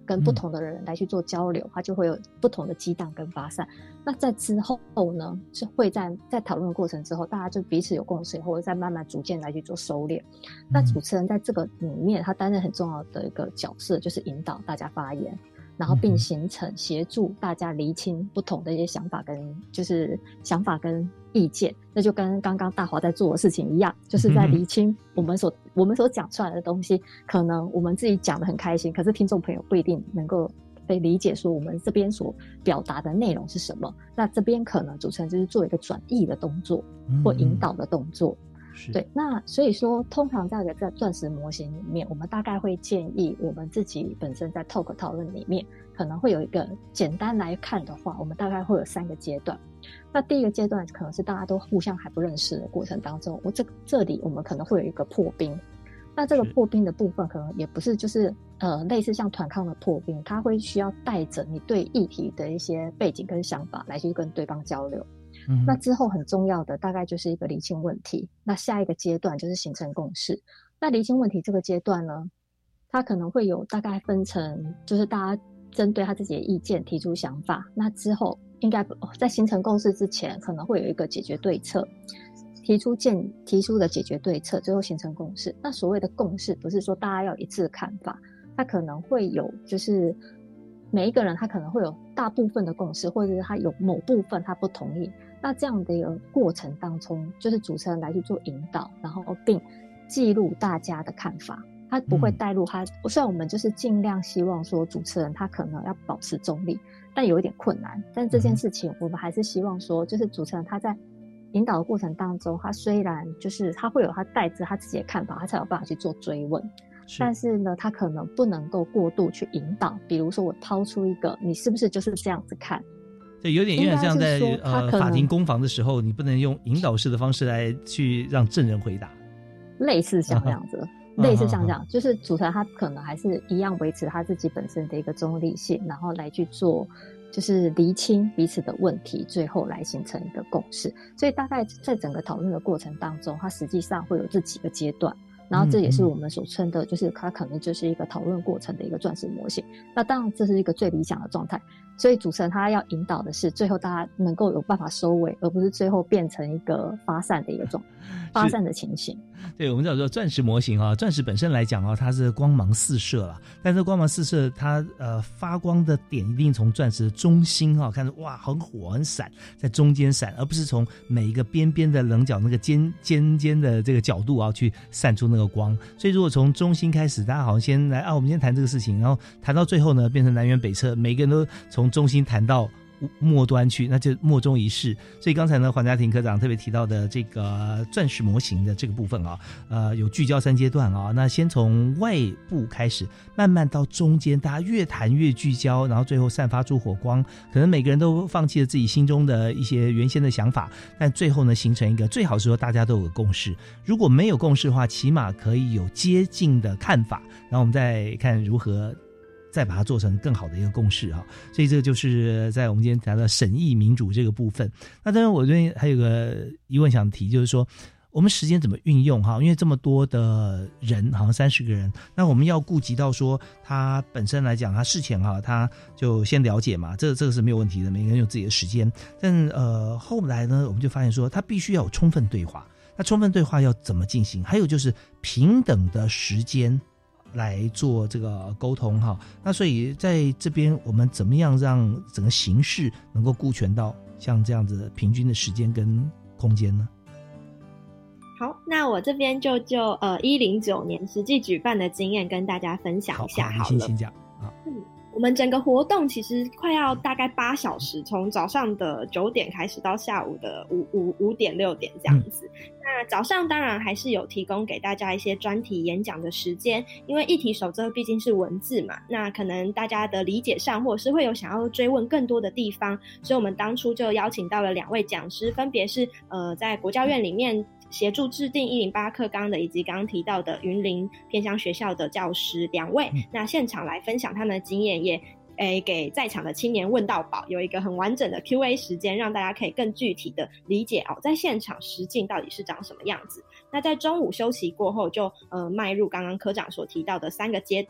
S5: 跟不同的人来去做交流，它就会有不同的激荡跟发散。那在之后呢，是会在在讨论的过程之后，大家就彼此有共识，或者再慢慢逐渐来去做收敛。那主持人在这个里面，他担任很重要的一个角色，就是引导大家发言，然后并形成协助大家厘清不同的一些想法跟就是想法跟意见。那就跟刚刚大华在做的事情一样，就是在厘清我们所我们所讲出来的东西，可能我们自己讲得很开心，可是听众朋友不一定能够被理解说我们这边所表达的内容是什么。那这边可能主持人就是做一个转译的动作或引导的动作。
S4: 是
S5: 对，那所以说通常在在钻石模型里面，我们大概会建议我们自己本身在 talk 讨论里面可能会有一个简单来看的话，我们大概会有三个阶段。那第一个阶段可能是大家都互相还不认识的过程当中，我这这里我们可能会有一个破冰。那这个破冰的部分可能也不是就是呃类似像团康的破冰，它会需要带着你对议题的一些背景跟想法来去跟对方交流。嗯、那之后很重要的大概就是一个厘清问题，那下一个阶段就是形成共识。那厘清问题这个阶段呢，它可能会有大概分成就是大家针对他自己的意见提出想法，那之后应该在形成共识之前可能会有一个解决对策，提出建提出的解决对策，最后形成共识。那所谓的共识不是说大家要一致的看法，它可能会有就是每一个人他可能会有大部分的共识，或者是他有某部分他不同意。那这样的一个过程当中，就是主持人来去做引导，然后并记录大家的看法，他不会带入他、嗯、虽然我们就是尽量希望说主持人他可能要保持中立，但有一点困难。但这件事情我们还是希望说，就是主持人他在引导的过程当中，他虽然就是他会有他带着他自己的看法，他才有办法去做追问，是但是呢他可能不能够过度去引导。比如说我抛出一个你是不是就是这样子看，
S4: 对，有点有点像在呃法庭攻防的时候，你不能用引导式的方式来去让证人回答，
S5: 类似像这样子、啊、类似像这样、啊、就是主持人他可能还是一样维持他自己本身的一个中立性，然后来去做就是厘清彼此的问题，最后来形成一个共识。所以大概在整个讨论的过程当中，它实际上会有这几个阶段，然后这也是我们所称的就是它可能就是一个讨论过程的一个钻石模型。那当然这是一个最理想的状态，所以主持人他要引导的是最后大家能够有办法收尾，而不是最后变成一个发散的一个状发散的情形。
S4: 对，我们叫做钻石模型啊，钻石本身来讲啊，它是光芒四射啦，但是光芒四射它呃发光的点一定从钻石的中心啊，看着哇很火很闪，在中间闪，而不是从每一个边边的棱角那个尖尖尖的这个角度啊去散出那个光。所以如果从中心开始，大家好像先来啊，我们先谈这个事情，然后谈到最后呢，变成南辕北辙，每个人都从中心谈到末端去，那就莫衷一是。所以刚才呢，黄家庭科长特别提到的这个钻石模型的这个部分啊，呃，有聚焦三阶段啊。那先从外部开始，慢慢到中间，大家越谈越聚焦，然后最后散发出火光。可能每个人都放弃了自己心中的一些原先的想法，但最后呢，形成一个最好是说大家都有共识。如果没有共识的话，起码可以有接近的看法，然后我们再看如何再把它做成更好的一个共识啊，所以这个就是在我们今天谈到审议民主这个部分。那当然我这边还有个疑问想提，就是说我们时间怎么运用哈？因为这么多的人，好像三十个人，那我们要顾及到说他本身来讲，他事前哈，他就先了解嘛，这个这个是没有问题的，每个人有自己的时间。但呃后来呢，我们就发现说，他必须要有充分对话。那充分对话要怎么进行？还有就是平等的时间来做这个沟通哈，那所以在这边我们怎么样让整个形式能够顾全到像这样子平均的时间跟空间呢？
S6: 好，那我这边就就呃一零九年实际举办的经验跟大家分享一下好了。好，
S4: 你先先讲啊。
S6: 嗯，我们整个活动其实快要大概八小时，从早上的九点开始到下午的五五五点六点这样子。嗯，那早上当然还是有提供给大家一些专题演讲的时间，因为议题手册毕竟是文字嘛，那可能大家的理解上或者是会有想要追问更多的地方，所以我们当初就邀请到了两位讲师，分别是呃在国教院里面协助制定一零八课纲的，以及刚刚提到的云林偏乡学校的教师两位，那现场来分享他们的经验，也诶，给在场的青年问到饱，有一个很完整的 Q A 时间，让大家可以更具体的理解哦，在现场实境到底是长什么样子。那在中午休息过后就，呃迈入刚刚科长所提到的三个阶段。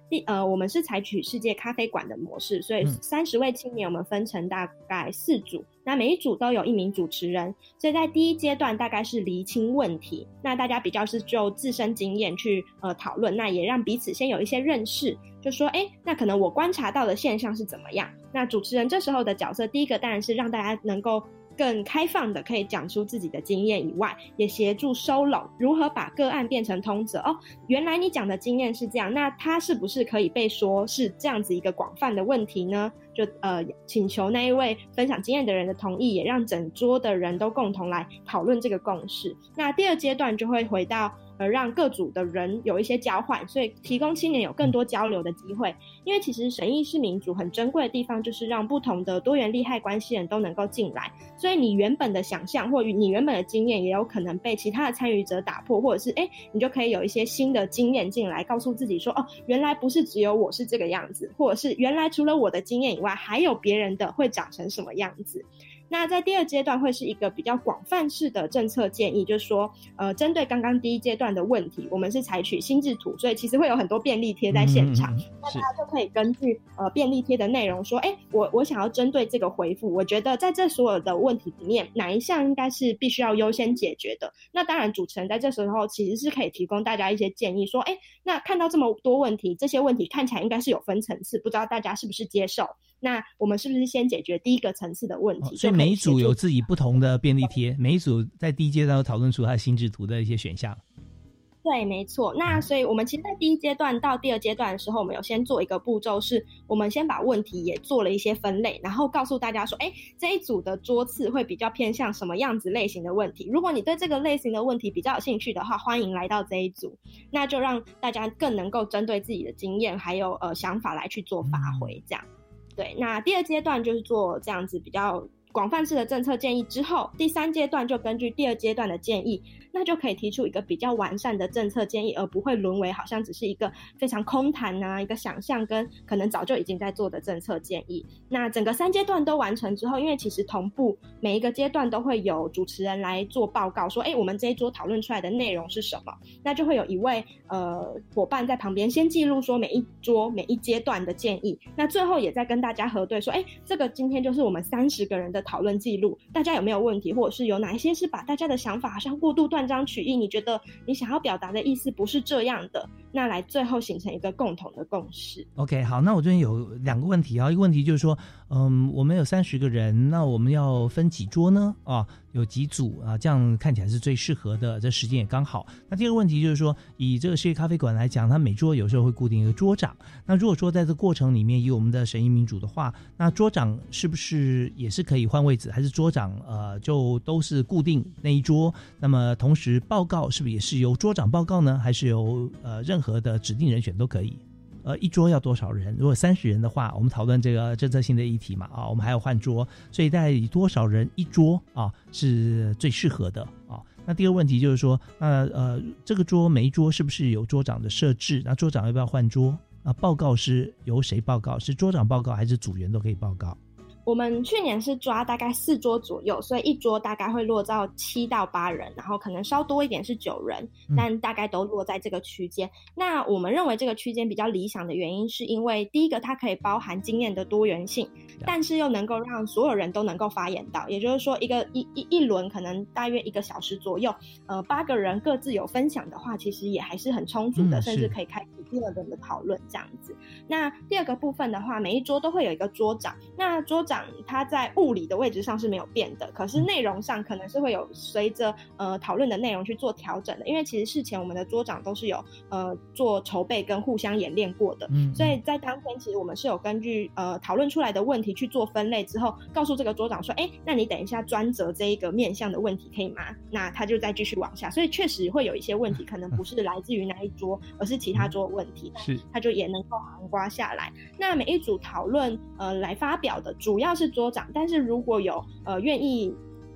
S6: 第呃，我们是采取世界咖啡馆的模式，所以三十位青年我们分成大概四组，那每一组都有一名主持人，所以在第一阶段大概是厘清问题，那大家比较是就自身经验去呃讨论，那也让彼此先有一些认识，就说哎，那可能我观察到的现象是怎么样。那主持人这时候的角色，第一个当然是让大家能够更开放的可以讲出自己的经验以外，也协助收拢如何把个案变成通则。哦，原来你讲的经验是这样，那它是不是可以被说是这样子一个广泛的问题呢？就呃请求那一位分享经验的人的同意，也让整桌的人都共同来讨论这个共识。那第二阶段就会回到呃让各组的人有一些交换，所以提供青年有更多交流的机会。因为其实审议式民主很珍贵的地方，就是让不同的多元利害关系人都能够进来，所以你原本的想象或你原本的经验也有可能被其他的参与者打破，或者是哎，你就可以有一些新的经验进来，告诉自己说哦，原来不是只有我是这个样子，或者是原来除了我的经验以外，还有别人的会长成什么样子。那在第二阶段会是一个比较广泛式的政策建议，就是说呃，针对刚刚第一阶段的问题，我们是采取心智图，所以其实会有很多便利贴在现场，嗯嗯嗯，那大家就可以根据呃便利贴的内容说，哎，我我想要针对这个回复，我觉得在这所有的问题里面，哪一项应该是必须要优先解决的。那当然主持人在这时候其实是可以提供大家一些建议，说哎，那看到这么多问题，这些问题看起来应该是有分层次，不知道大家是不是接受，那我们是不是先解决第一个层次的问题。
S4: 哦，所以每一组有自己不同的便利贴，每一组在第一阶段讨论出它的心智图的一些选项。
S6: 对，没错。那所以我们其实在第一阶段到第二阶段的时候，我们有先做一个步骤，是我们先把问题也做了一些分类，然后告诉大家说，哎，这一组的桌次会比较偏向什么样子类型的问题，如果你对这个类型的问题比较有兴趣的话，欢迎来到这一组，那就让大家更能够针对自己的经验还有呃想法来去做发挥，这样。对，那第二阶段就是做这样子比较广泛式的政策建议之后，第三阶段就根据第二阶段的建议，那就可以提出一个比较完善的政策建议，而不会沦为好像只是一个非常空谈啊，一个想象跟可能早就已经在做的政策建议。那整个三阶段都完成之后，因为其实同步每一个阶段都会有主持人来做报告，说哎，我们这一桌讨论出来的内容是什么，那就会有一位呃伙伴在旁边先记录说每一桌每一阶段的建议，那最后也在跟大家核对说，哎，这个今天就是我们三十个人的讨论记录，大家有没有问题，或者是有哪一些是把大家的想法好像过度断章取义，你觉得你想要表达的意思不是这样的，那来最后形成一个共同的共识。
S4: OK， 好，那我这边有两个问题啊，一个问题就是说嗯，我们有三十个人，那我们要分几桌呢？啊，有几组啊，这样看起来是最适合的，这时间也刚好。那第二个问题就是说，以这个世界咖啡馆来讲，它每桌有时候会固定一个桌长，那如果说在这过程里面以我们的审议民主的话，那桌长是不是也是可以换位置，还是桌长呃就都是固定那一桌？那么同时报告是不是也是由桌长报告呢，还是由呃任何的指定人选都可以？呃，一桌要多少人？如果三十人的话，我们讨论这个政策性的议题嘛，啊，我们还要换桌，所以大概以多少人一桌啊是最适合的啊？那第二个问题就是说，那呃，这个桌每一桌是不是有桌长的设置？那桌长要不要换桌？那报告是由谁报告？是桌长报告，还是组员都可以报告？
S6: 我们去年是抓大概四桌左右，所以一桌大概会落到七到八人，然后可能稍多一点是九人，但大概都落在这个区间。嗯、那我们认为这个区间比较理想的原因，是因为第一个它可以包含经验的多元性，但是又能够让所有人都能够发言到，也就是说一个一一一轮可能大约一个小时左右，呃，八个人各自有分享的话，其实也还是很充足的，嗯、甚至可以开启第二轮的讨论这样子。那第二个部分的话，每一桌都会有一个桌长，那桌长它在物理的位置上是没有变的，可是内容上可能是会有随着呃讨论的内容去做调整的，因为其实事前我们的桌长都是有呃做筹备跟互相演练过的，嗯，所以在当天其实我们是有根据呃讨论出来的问题去做分类之后，告诉这个桌长说，哎，那你等一下专责这一个面向的问题可以吗？那他就再继续往下，所以确实会有一些问题可能不是来自于那一桌，而是其他桌的问题，是他就也能够涵盖下来。那每一组讨论呃来发表的主要是桌长，但是如果有呃愿意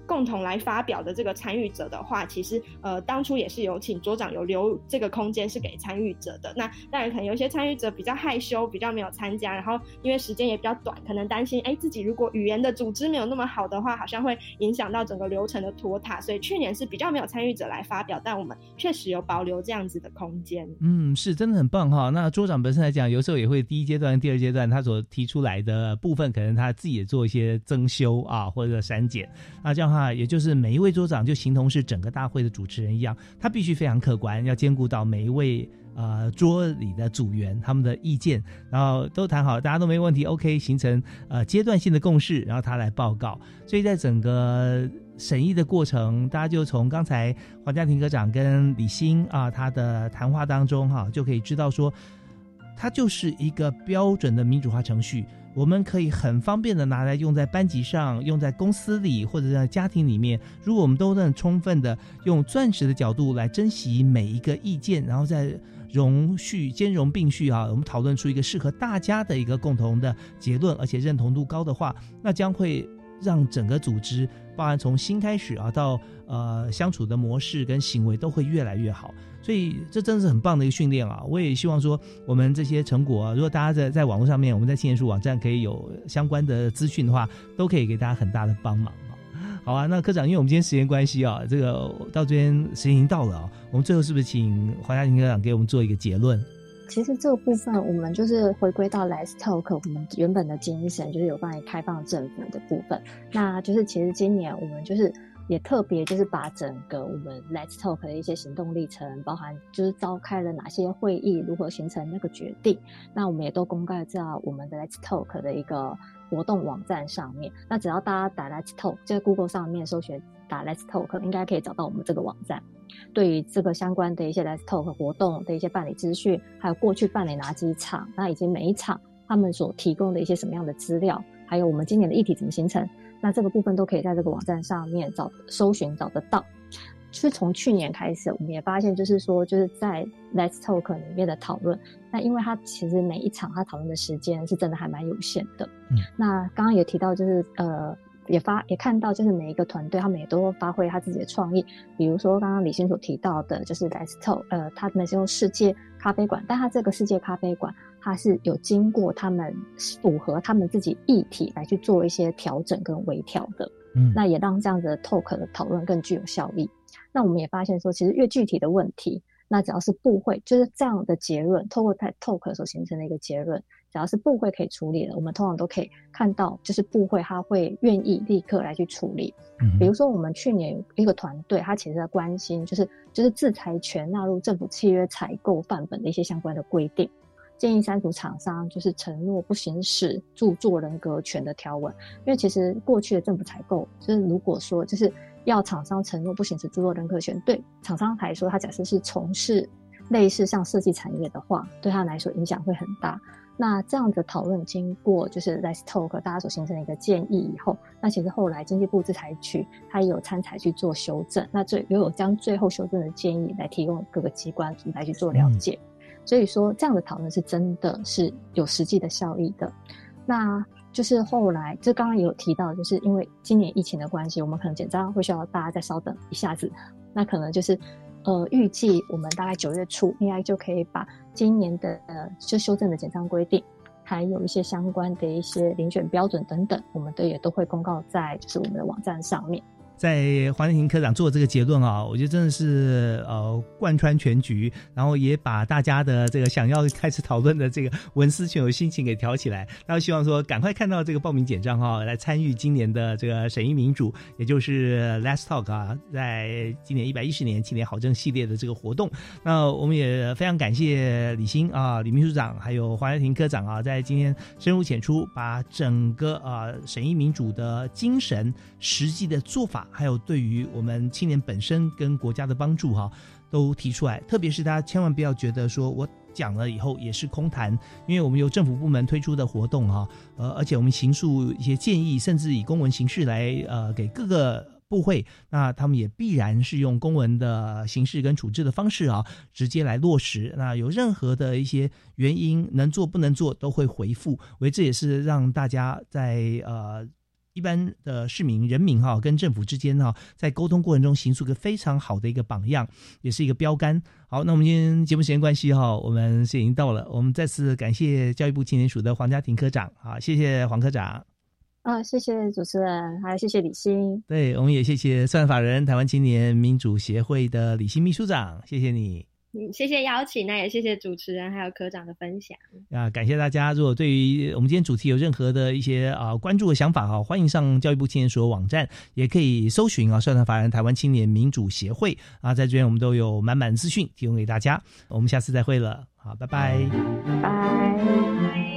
S6: 共同来发表的这个参与者的话，其实呃当初也是有请桌长有留这个空间是给参与者的。那当然可能有些参与者比较害羞，比较没有参加，然后因为时间也比较短，可能担心哎自己如果语言的组织没有那么好的话，好像会影响到整个流程的拖沓，所以去年是比较没有参与者来发表，但我们确实有保留这样子的空间。
S4: 嗯，是真的很棒哈。那桌长本身来讲，有时候也会第一阶段、第二阶段他所提出来的部分，可能他自己也做一些增修啊，或者删减。那这样的话，也就是每一位桌长就形同是整个大会的主持人一样，他必须非常客观，要兼顾到每一位呃桌里的组员他们的意见，然后都谈好，大家都没问题 ，OK， 形成呃阶段性的共识，然后他来报告。所以在整个审议的过程，大家就从刚才黄家庭科长跟李欣啊他的谈话当中哈、啊，就可以知道说，它就是一个标准的民主化程序。我们可以很方便的拿来用在班级上，用在公司里，或者在家庭里面。如果我们都能充分的用钻石的角度来珍惜每一个意见，然后再容续兼容并蓄啊，我们讨论出一个适合大家的一个共同的结论，而且认同度高的话，那将会让整个组织，包含从新开始啊到呃相处的模式跟行为都会越来越好。所以这真的是很棒的一个训练啊！我也希望说，我们这些成果啊，如果大家在在网络上面，我们在青年署网站可以有相关的资讯的话，都可以给大家很大的帮忙啊。好啊，那科长，因为我们今天时间关系啊，这个到这边时间已经到了啊，我们最后是不是请黄家庭科长给我们做一个结论？
S5: 其实这个部分我们就是回归到 Let's Talk 我们原本的精神，就是有关于开放政府的部分。那就是其实今年我们就是也特别就是把整个我们 Let's Talk 的一些行动历程，包含就是召开了哪些会议，如何形成那个决定，那我们也都公开在我们的 Let's Talk 的一个活动网站上面。那只要大家打 Let's Talk， 在 Google 上面搜寻打 Let's Talk， 应该可以找到我们这个网站。对于这个相关的一些 Let's Talk 活动的一些办理资讯，还有过去办理哪几场，那以及每一场他们所提供的一些什么样的资料，还有我们今年的议题怎么形成，那这个部分都可以在这个网站上面找搜寻找得到。就是从去年开始，我们也发现就是说就是在 Let's Talk 里面的讨论，那因为它其实每一场它讨论的时间是真的还蛮有限的。嗯，那刚刚也提到就是呃也发也看到就是每一个团队他们也都发挥他自己的创意，比如说刚刚李欣所提到的就是 Let's Talk 呃他们是用世界咖啡馆，但他这个世界咖啡馆它是有经过他们符合他们自己议题来去做一些调整跟微调的。嗯，那也让这样子的 talk 的讨论更具有效益。那我们也发现说其实越具体的问题，那只要是部会就是这样的结论，透过 talk 所形成的一个结论，只要是部会可以处理的，我们通常都可以看到就是部会他会愿意立刻来去处理。嗯，比如说我们去年有一个团队他其实在关心就是就是制裁权纳入政府契约采购范本的一些相关的规定，建议删除厂商就是承诺不行使著作人格权的条文。因为其实过去的政府采购就是如果说就是要厂商承诺不行使著作人格权，对厂商来说他假设是从事类似像设计产业的话，对他来说影响会很大。那这样的讨论经过就是 Let's Talk 大家所形成的一个建议以后，那其实后来经济部制裁局他也有参采去做修正，那最也有将最后修正的建议来提供各个机关来去做了解。嗯，所以说这样的讨论是真的是有实际的效益的。那就是后来就刚刚也有提到，就是因为今年疫情的关系，我们可能简章会需要大家再稍等一下子，那可能就是呃预计我们大概九月初应该就可以把今年的呃就修正的简章规定还有一些相关的一些遴选标准等等，我们都也都会公告在就是我们的网站上面。
S4: 在黄家庭科长做这个结论啊，我觉得真的是呃贯穿全局，然后也把大家的这个想要开始讨论的这个文思泉涌心情给挑起来。然后希望说赶快看到这个报名简章哈，来参与今年的这个审议民主，也就是 Let's Talk 啊，在今年一百一十年青年好政系列的这个活动。那我们也非常感谢李欣啊、李秘书长还有黄家庭科长啊，在今天深入浅出把整个啊审议民主的精神、实际的做法，还有对于我们青年本身跟国家的帮助哈，都提出来。特别是大家千万不要觉得说我讲了以后也是空谈，因为我们由政府部门推出的活动哈，呃，而且我们形塑一些建议，甚至以公文形式来呃给各个部会，那他们也必然是用公文的形式跟处置的方式啊，直接来落实。那有任何的一些原因能做不能做都会回复，为这也是让大家在呃。 一般的市民人民哈跟政府之间哈在沟通过程中形塑个非常好的一个榜样，也是一个标杆。好，那我们今天节目时间关系哈，我们是已经到了，我们再次感谢教育部青年署的黄家庭科长，好，谢谢黄科长。
S5: 啊，谢谢主持人，还有谢谢李欣。对，
S4: 我们也谢谢算法人台湾青年民主协会的李欣秘书长，谢谢你。
S6: 嗯，谢谢邀请，那也谢谢主持人还有科长的分享
S4: 啊，感谢大家。如果对于我们今天主题有任何的一些啊关注的想法啊，欢迎上教育部青年署的网站，也可以搜寻啊，社团法人台湾青年民主协会啊，在这边我们都有满满资讯提供给大家。我们下次再会了，好，拜拜，
S5: 拜拜。